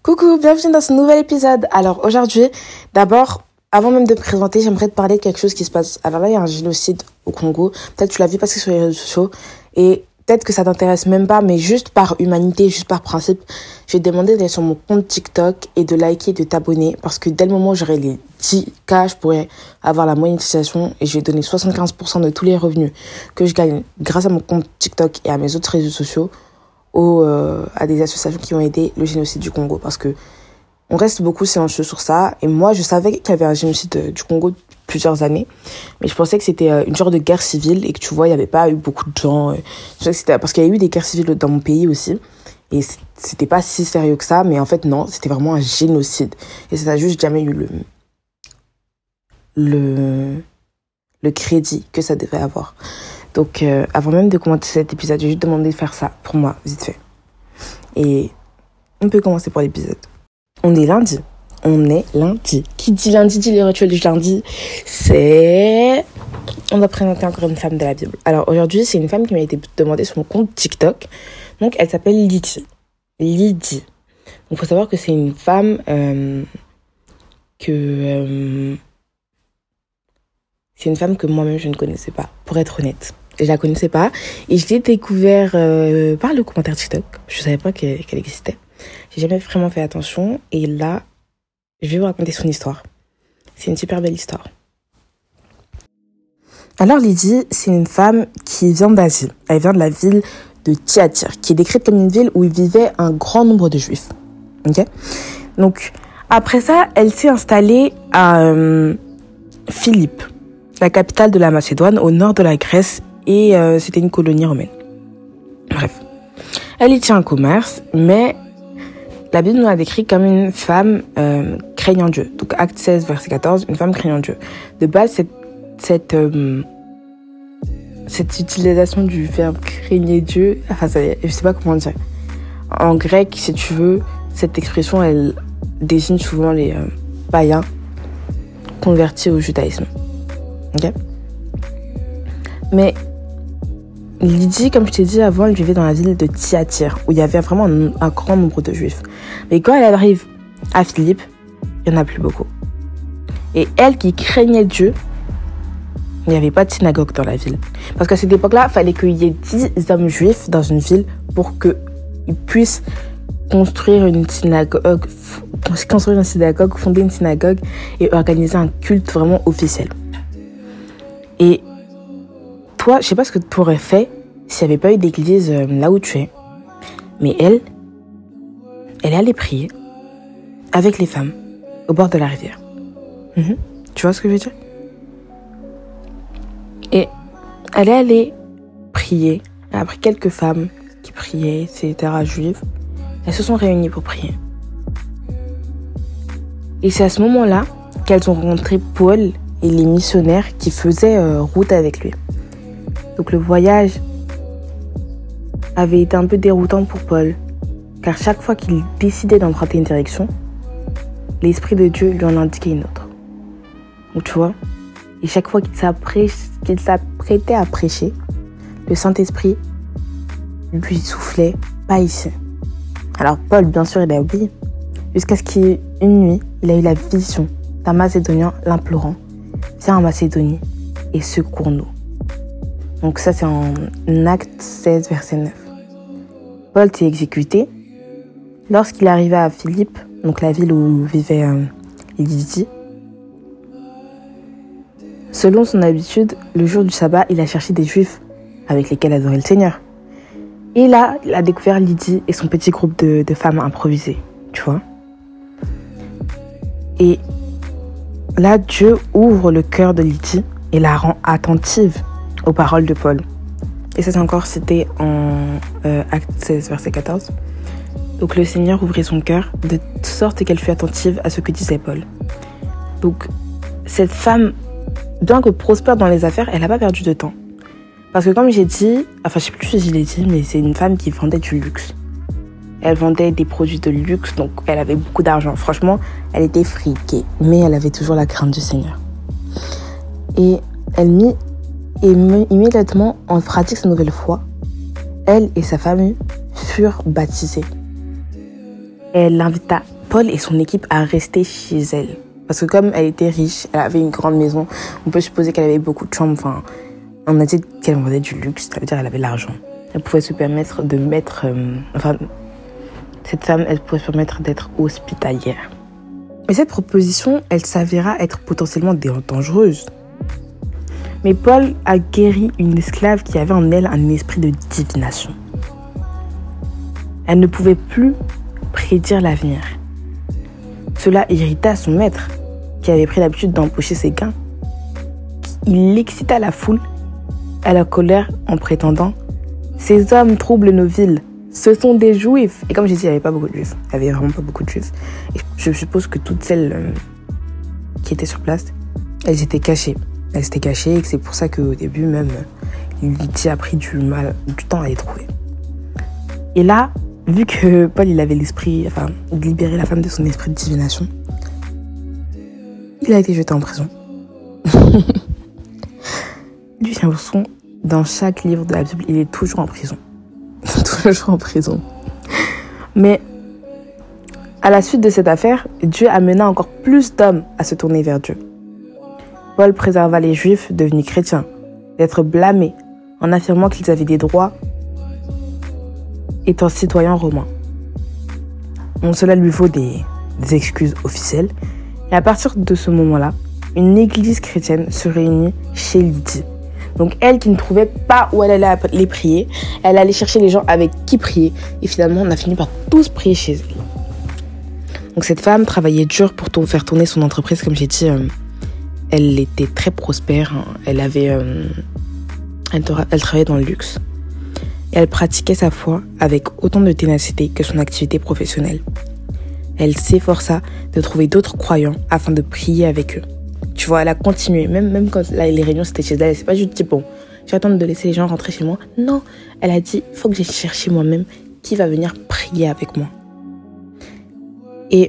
Coucou, bienvenue dans ce nouvel épisode. Alors aujourd'hui, d'abord, avant même de me présenter, j'aimerais te parler de quelque chose qui se passe. Alors là, il y a un génocide au Congo. Peut-être que tu l'as vu passer sur les réseaux sociaux et peut-être que ça t'intéresse même pas, mais juste par humanité, juste par principe, je vais te demander d'aller sur mon compte TikTok et de liker et de t'abonner parce que dès le moment où j'aurai les 10K, je pourrais avoir la monétisation et je vais donner 75% de tous les revenus que je gagne grâce à mon compte TikTok et à mes autres réseaux sociaux à des associations qui ont aidé le génocide du Congo, parce que on reste beaucoup silencieux sur ça. Et moi, je savais qu'il y avait un génocide du Congo depuis plusieurs années, mais je pensais que c'était une genre de guerre civile et que tu vois, il n'y avait pas eu beaucoup de gens. Je pensais que c'était parce qu'il y a eu des guerres civiles dans mon pays aussi, et c'était pas si sérieux que ça, mais en fait non, c'était vraiment un génocide. Et ça n'a juste jamais eu le crédit que ça devait avoir. Donc, avant même de commencer cet épisode, j'ai juste demandé de faire ça pour moi, vite fait. Et on peut commencer pour l'épisode. On est lundi. Qui dit lundi dit les rituels du lundi. On va présenter encore une femme de la Bible. Alors, aujourd'hui, c'est une femme qui m'a été demandée sur mon compte TikTok. Donc, elle s'appelle Lydie. Donc, il faut savoir que c'est une femme c'est une femme que moi-même, je ne connaissais pas, pour être honnête. Je la connaissais pas et je l'ai découvert par le commentaire TikTok. Je savais pas qu'elle existait. J'ai jamais vraiment fait attention et là, je vais vous raconter son histoire. C'est une super belle histoire. Alors Lydie, c'est une femme qui vient d'Asie. Elle vient de la ville de Thyatire, qui est décrite comme une ville où il vivait un grand nombre de juifs. Ok ? Donc, après ça, elle s'est installée à Philippe, la capitale de la Macédoine, au nord de la Grèce, et c'était une colonie romaine. Bref. Elle y tient un commerce, mais la Bible nous a décrit comme une femme craignant Dieu. Donc, Acte 16, verset 14, une femme craignant Dieu. De base, cette utilisation du verbe craigner Dieu, enfin, je sais pas comment dire. En grec, si tu veux, cette expression, elle désigne souvent les païens convertis au judaïsme. Ok ? Mais Lydie, comme je t'ai dit avant, elle vivait dans la ville de Thyatire, où il y avait vraiment un grand nombre de juifs. Mais quand elle arrive à Philippe, il n'y en a plus beaucoup. Et elle qui craignait Dieu, il n'y avait pas de synagogue dans la ville. Parce qu'à cette époque-là, il fallait qu'il y ait 10 hommes juifs dans une ville pour qu'ils puissent construire une synagogue, fonder une synagogue et organiser un culte vraiment officiel. Et toi, je sais pas ce que tu aurais fait s'il n'y avait pas eu d'église là où tu es. Mais elle est allée prier avec les femmes au bord de la rivière. Tu vois ce que je veux dire? Et elle est allée prier. Après quelques femmes qui priaient, etc., juives, elles se sont réunies pour prier. Et c'est à ce moment-là qu'elles ont rencontré Paul et les missionnaires qui faisaient route avec lui. Donc le voyage avait été un peu déroutant pour Paul, car chaque fois qu'il décidait d'emprunter une direction, l'Esprit de Dieu lui en indiquait une autre. Donc tu vois, et chaque fois qu'il s'apprêtait à prêcher, le Saint-Esprit lui soufflait « pas ici ». Alors Paul, bien sûr, il a oublié, jusqu'à ce qu'une nuit, il a eu la vision d'un Macédonien l'implorant « Viens en Macédonie et secours-nous ». Donc ça, c'est en Acte 16, verset 9. Paul s'est exécuté. Lorsqu'il arrivait à Philippe, donc la ville où vivait Lydie, selon son habitude, le jour du sabbat, il a cherché des juifs avec lesquels adorer le Seigneur. Et là, il a découvert Lydie et son petit groupe de femmes improvisées, tu vois. Et là, Dieu ouvre le cœur de Lydie et la rend attentive aux paroles de Paul. Et ça, c'est encore cité en Acte 16, verset 14. Donc, le Seigneur ouvrit son cœur de sorte qu'elle fut attentive à ce que disait Paul. Donc, cette femme, bien que prospère dans les affaires, elle n'a pas perdu de temps. Parce que comme j'ai dit, enfin, je sais plus si je l'ai dit, mais c'est une femme qui vendait du luxe. Elle vendait des produits de luxe, donc elle avait beaucoup d'argent. Franchement, elle était friquée, mais elle avait toujours la crainte du Seigneur. Et elle mit immédiatement en pratique sa nouvelle foi. Elle et sa famille furent baptisés. elle invita Paul et son équipe à rester chez elle. Parce que comme elle était riche, elle avait une grande maison, on peut supposer qu'elle avait beaucoup de chambres. Enfin, on a dit qu'elle vendait du luxe, ça veut dire qu'elle avait l'argent. Elle pouvait se permettre de mettre... cette femme, elle pouvait se permettre d'être hospitalière. Mais cette proposition, elle s'avéra être potentiellement dangereuse. Mais Paul a guéri une esclave qui avait en elle un esprit de divination. Elle ne pouvait plus prédire l'avenir. Cela irrita son maître, qui avait pris l'habitude d'empocher ses gains. Il excita la foule à la colère en prétendant « Ces hommes troublent nos villes, ce sont des juifs !» Et comme j'ai dit, il n'y avait pas beaucoup de juifs. Il n'y avait vraiment pas beaucoup de juifs. Et je suppose que toutes celles qui étaient sur place, elles étaient cachées. Elles étaient cachées et que c'est pour ça qu'au début même, Lydie a pris du temps à les trouver. Et là, vu que Paul il avait libéré la femme de son esprit de divination, il a été jeté en prison. Lui, j'ai l'impression, dans chaque livre de la Bible, il est toujours en prison. Toujours en prison. Mais à la suite de cette affaire, Dieu amena encore plus d'hommes à se tourner vers Dieu. Paul préserva les Juifs devenus chrétiens d'être blâmés en affirmant qu'ils avaient des droits étant citoyens romains. Bon, cela lui vaut des excuses officielles. Et à partir de ce moment-là, une église chrétienne se réunit chez Lydie. Donc elle qui ne trouvait pas où elle allait les prier, elle allait chercher les gens avec qui prier. Et finalement, on a fini par tous prier chez elle. Donc cette femme travaillait dur pour faire tourner son entreprise. Comme j'ai dit, elle était très prospère. Elle travaillait dans le luxe. Et elle pratiquait sa foi avec autant de ténacité que son activité professionnelle. Elle s'efforça de trouver d'autres croyants afin de prier avec eux. Tu vois, elle a continué. Même quand les réunions c'était chez elle, elle s'est pas juste dit bon, j'attends de laisser les gens rentrer chez moi. Non, elle a dit il faut que j'aille chercher moi-même qui va venir prier avec moi. Et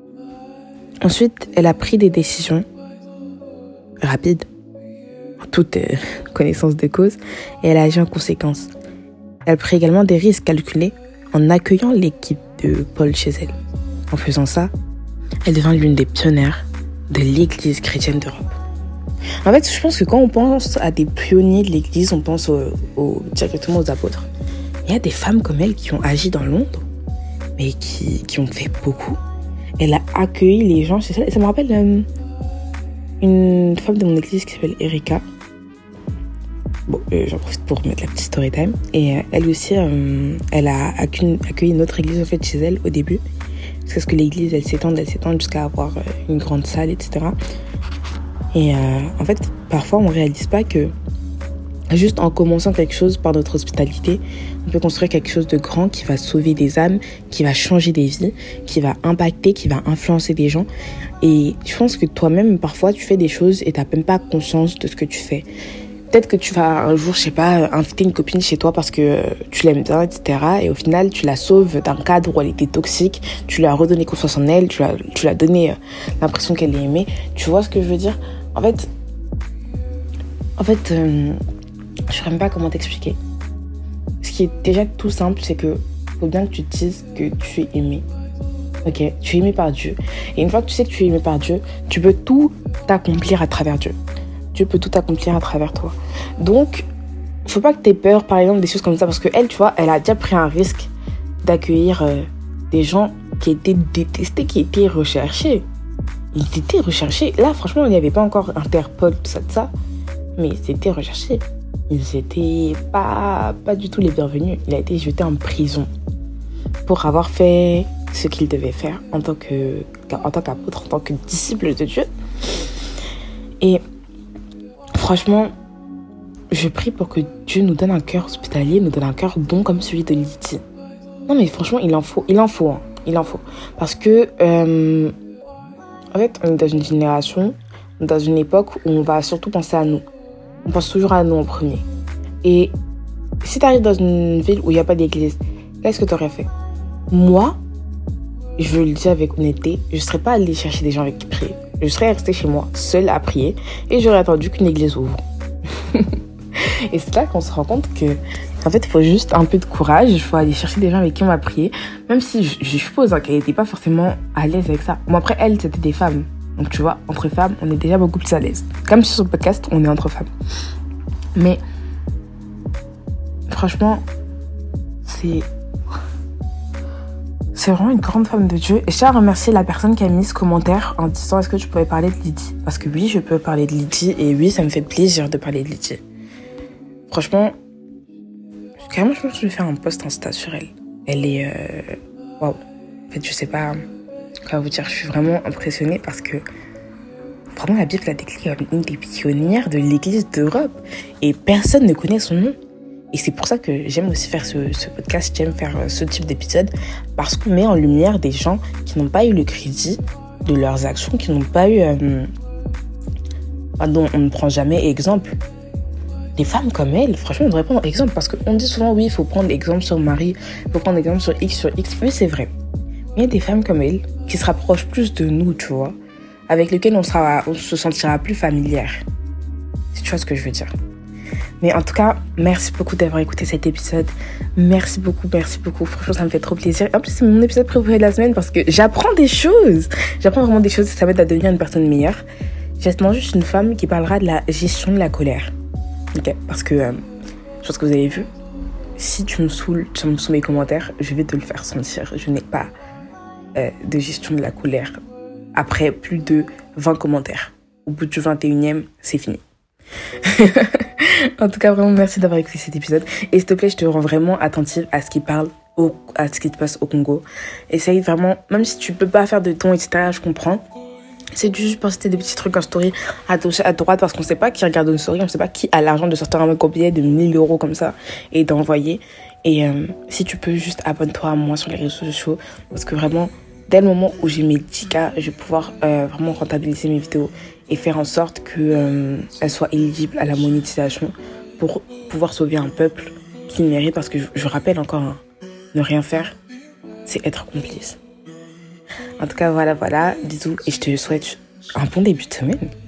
ensuite, elle a pris des décisions rapides, en toute connaissance de cause, et elle a agi en conséquence. Elle prit également des risques calculés en accueillant l'équipe de Paul chez elle. En faisant ça, elle devint l'une des pionnières de l'église chrétienne d'Europe. En fait, je pense que quand on pense à des pionniers de l'église, on pense directement aux apôtres. Il y a des femmes comme elle qui ont agi dans l'ombre, mais qui ont fait beaucoup. Elle a accueilli les gens chez elle. Et ça me rappelle une femme de mon église qui s'appelle Erika. Bon, j'en profite pour mettre la petite story time. Et elle aussi, elle a accueilli une autre église en fait chez elle au début. Parce que l'église, elle s'étend jusqu'à avoir une grande salle, etc. Et en fait, parfois, on ne réalise pas que juste en commençant quelque chose par notre hospitalité, on peut construire quelque chose de grand qui va sauver des âmes, qui va changer des vies, qui va impacter, qui va influencer des gens. Et je pense que toi-même, parfois, tu fais des choses et tu n'as même pas conscience de ce que tu fais. Peut-être que tu vas un jour, je sais pas, inviter une copine chez toi parce que tu l'aimes bien, etc. Et au final, tu la sauves d'un cadre où elle était toxique. Tu lui as redonné confiance en elle. Tu lui as donné l'impression qu'elle est aimée. Tu vois ce que je veux dire ? En fait, je sais même pas comment t'expliquer. Ce qui est déjà tout simple, c'est que faut bien que tu te dises que tu es aimé. Ok ? Tu es aimé par Dieu. Et une fois que tu sais que tu es aimé par Dieu, tu peux tout accomplir à travers Dieu. Dieu peut tout accomplir à travers toi. Donc, faut pas que tu aies peur, par exemple, des choses comme ça. Parce que elle, tu vois, elle a déjà pris un risque d'accueillir des gens qui étaient détestés, qui étaient recherchés. Ils étaient recherchés. Là, franchement, il n'y avait pas encore Interpol, tout ça. Mais ils étaient recherchés. Ils n'étaient pas du tout les bienvenus. Il a été jeté en prison pour avoir fait ce qu'il devait faire en tant qu'apôtre, en tant que disciple de Dieu. Et franchement, je prie pour que Dieu nous donne un cœur hospitalier, nous donne un cœur bon comme celui de Lydie. Non mais franchement, il en faut. Parce que, en fait, on est dans une génération, dans une époque où on va surtout penser à nous. On pense toujours à nous en premier. Et si tu arrives dans une ville où il n'y a pas d'église, qu'est-ce que tu aurais fait ? Moi, je le dis avec honnêteté, je ne serais pas allée chercher des gens avec qui prier. Je serais restée chez moi, seule à prier, et j'aurais attendu qu'une église ouvre. Et c'est là qu'on se rend compte que, qu'en fait, il faut juste un peu de courage. Il faut aller chercher des gens avec qui on va prier. Même si je suppose qu'elle n'était pas forcément à l'aise avec ça. Bon, après, elle, c'était des femmes. Donc, tu vois, entre femmes, on est déjà beaucoup plus à l'aise. Comme sur ce podcast, on est entre femmes. Mais, franchement, c'est vraiment une grande femme de Dieu. Et je tiens à remercier la personne qui a mis ce commentaire en disant est-ce que tu pouvais parler de Lydie. Parce que oui, je peux parler de Lydie. Et oui, ça me fait plaisir de parler de Lydie. Franchement, carrément, je pense que je vais faire un post Insta sur elle. Elle est... Waouh. En fait, je sais pas quoi vous dire. Je suis vraiment impressionnée parce que vraiment, la Bible la décrit comme une des pionnières de l'Église d'Europe. Et personne ne connaît son nom. Et c'est pour ça que j'aime aussi faire ce podcast, j'aime faire ce type d'épisode, parce qu'on met en lumière des gens qui n'ont pas eu le crédit de leurs actions, qui n'ont pas eu... dont on ne prend jamais exemple. Des femmes comme elle, franchement, on devrait prendre exemple, parce qu'on dit souvent, oui, il faut prendre exemple sur Marie, il faut prendre exemple sur X. Oui, c'est vrai. Mais il y a des femmes comme elle qui se rapprochent plus de nous, tu vois, avec lesquelles on se sentira plus familière. Si tu vois ce que je veux dire. Mais en tout cas, merci beaucoup d'avoir écouté cet épisode. Merci beaucoup. Franchement, ça me fait trop plaisir. En plus, c'est mon épisode préféré de la semaine parce que j'apprends des choses. J'apprends vraiment des choses et ça m'aide à devenir une personne meilleure. J'ai juste une femme qui parlera de la gestion de la colère. Ok, parce que, je pense que vous avez vu, si tu me saoules sous mes commentaires, je vais te le faire sentir. Je n'ai pas de gestion de la colère après plus de 20 commentaires. Au bout du 21e, c'est fini. En tout cas, vraiment merci d'avoir écouté cet épisode. Et s'il te plaît, je te rends vraiment attentive à ce qui se passe au Congo. Essaye vraiment, même si tu peux pas faire de ton, etc., je comprends. C'est juste poster des petits trucs en story à gauche, à droite, parce qu'on sait pas qui regarde une story, on sait pas qui a l'argent de sortir un billet de 1000 € comme ça et d'envoyer. Et si tu peux, juste abonne-toi à moi sur les réseaux sociaux, parce que vraiment, dès le moment où j'ai mes 10K, je vais pouvoir vraiment rentabiliser mes vidéos et faire en sorte qu'elles soient éligibles à la monétisation pour pouvoir sauver un peuple qui le mérite. Parce que je rappelle encore, hein, ne rien faire, c'est être complice. En tout cas, voilà, bisous et je te souhaite un bon début de semaine.